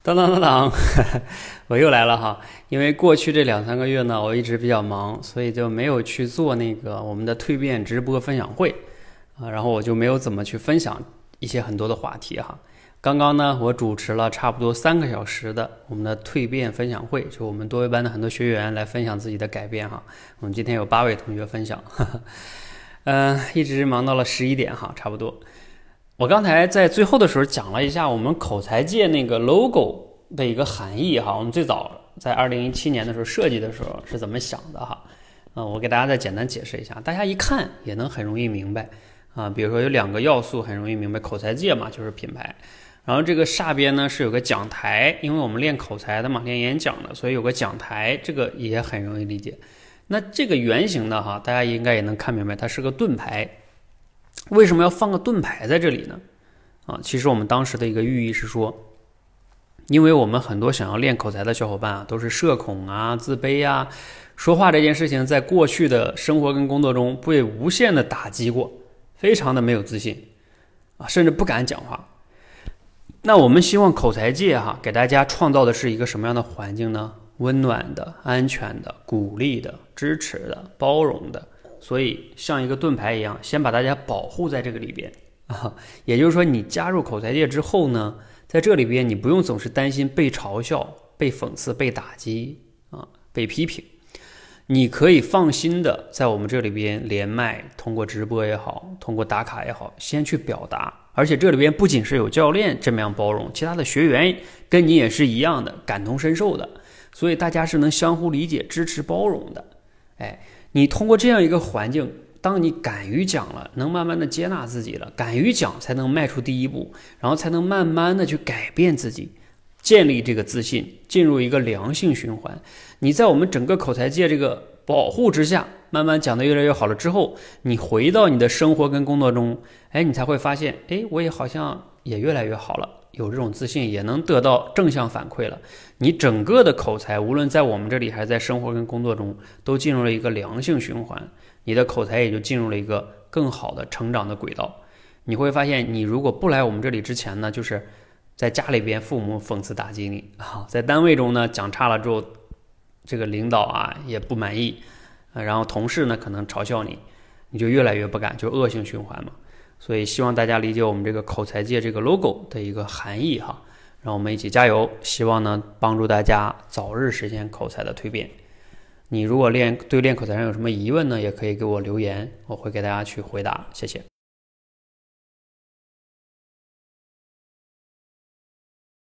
当当当当，我又来了哈！因为过去这两三个月呢，我一直比较忙，所以就没有去做那个我们的蜕变直播分享会啊，然后我就没有怎么去分享一些很多的话题哈。刚刚呢，我主持了差不多3个小时的我们的蜕变分享会，就我们多维班的很多学员来分享自己的改变哈。我们今天有8位同学分享，一直忙到了11点哈，差不多。我刚才在最后的时候讲了一下我们口才界那个 logo 的一个含义哈，我们最早在2017年的时候设计的时候是怎么想的哈，我给大家再简单解释一下，大家一看也能很容易明白啊。比如说有2个要素很容易明白，口才界嘛就是品牌，然后这个下边呢是有个讲台，因为我们练口才的嘛，练演讲的，所以有个讲台，这个也很容易理解。那这个圆形的哈，大家应该也能看明白，它是个盾牌。为什么要放个盾牌在这里呢？其实我们当时的一个寓意是说，因为我们很多想要练口才的小伙伴啊，都是社恐啊、自卑啊，说话这件事情在过去的生活跟工作中被无限的打击过，非常的没有自信啊，甚至不敢讲话。那我们希望口才界给大家创造的是一个什么样的环境呢？温暖的、安全的、鼓励的、支持的、包容的。所以像一个盾牌一样，先把大家保护在这个里边啊。也就是说，你加入口才界之后呢，在这里边你不用总是担心被嘲笑、被讽刺、被打击啊、被批评，你可以放心的在我们这里边连麦，通过直播也好，通过打卡也好，先去表达。而且这里边不仅是有教练这么样包容，其他的学员跟你也是一样的，感同身受的，所以大家是能相互理解、支持、包容的。你通过这样一个环境，当你敢于讲了，能慢慢的接纳自己了，敢于讲才能迈出第一步，然后才能慢慢的去改变自己，建立这个自信，进入一个良性循环。你在我们整个口才界这个保护之下，慢慢讲得越来越好了之后，你回到你的生活跟工作中，你才会发现，我也好像也越来越好了，有这种自信，也能得到正向反馈了。你整个的口才，无论在我们这里还是在生活跟工作中，都进入了一个良性循环，你的口才也就进入了一个更好的成长的轨道。你会发现，你如果不来我们这里之前呢，就是在家里边父母讽刺打击你啊，在单位中呢讲差了之后，这个领导也不满意，然后同事呢可能嘲笑你，你就越来越不敢，就恶性循环嘛。所以希望大家理解我们这个口才界这个 logo 的一个含义哈。让我们一起加油，希望呢帮助大家早日实现口才的蜕变。你如果对练口才上有什么疑问呢，也可以给我留言，我会给大家去回答，谢谢。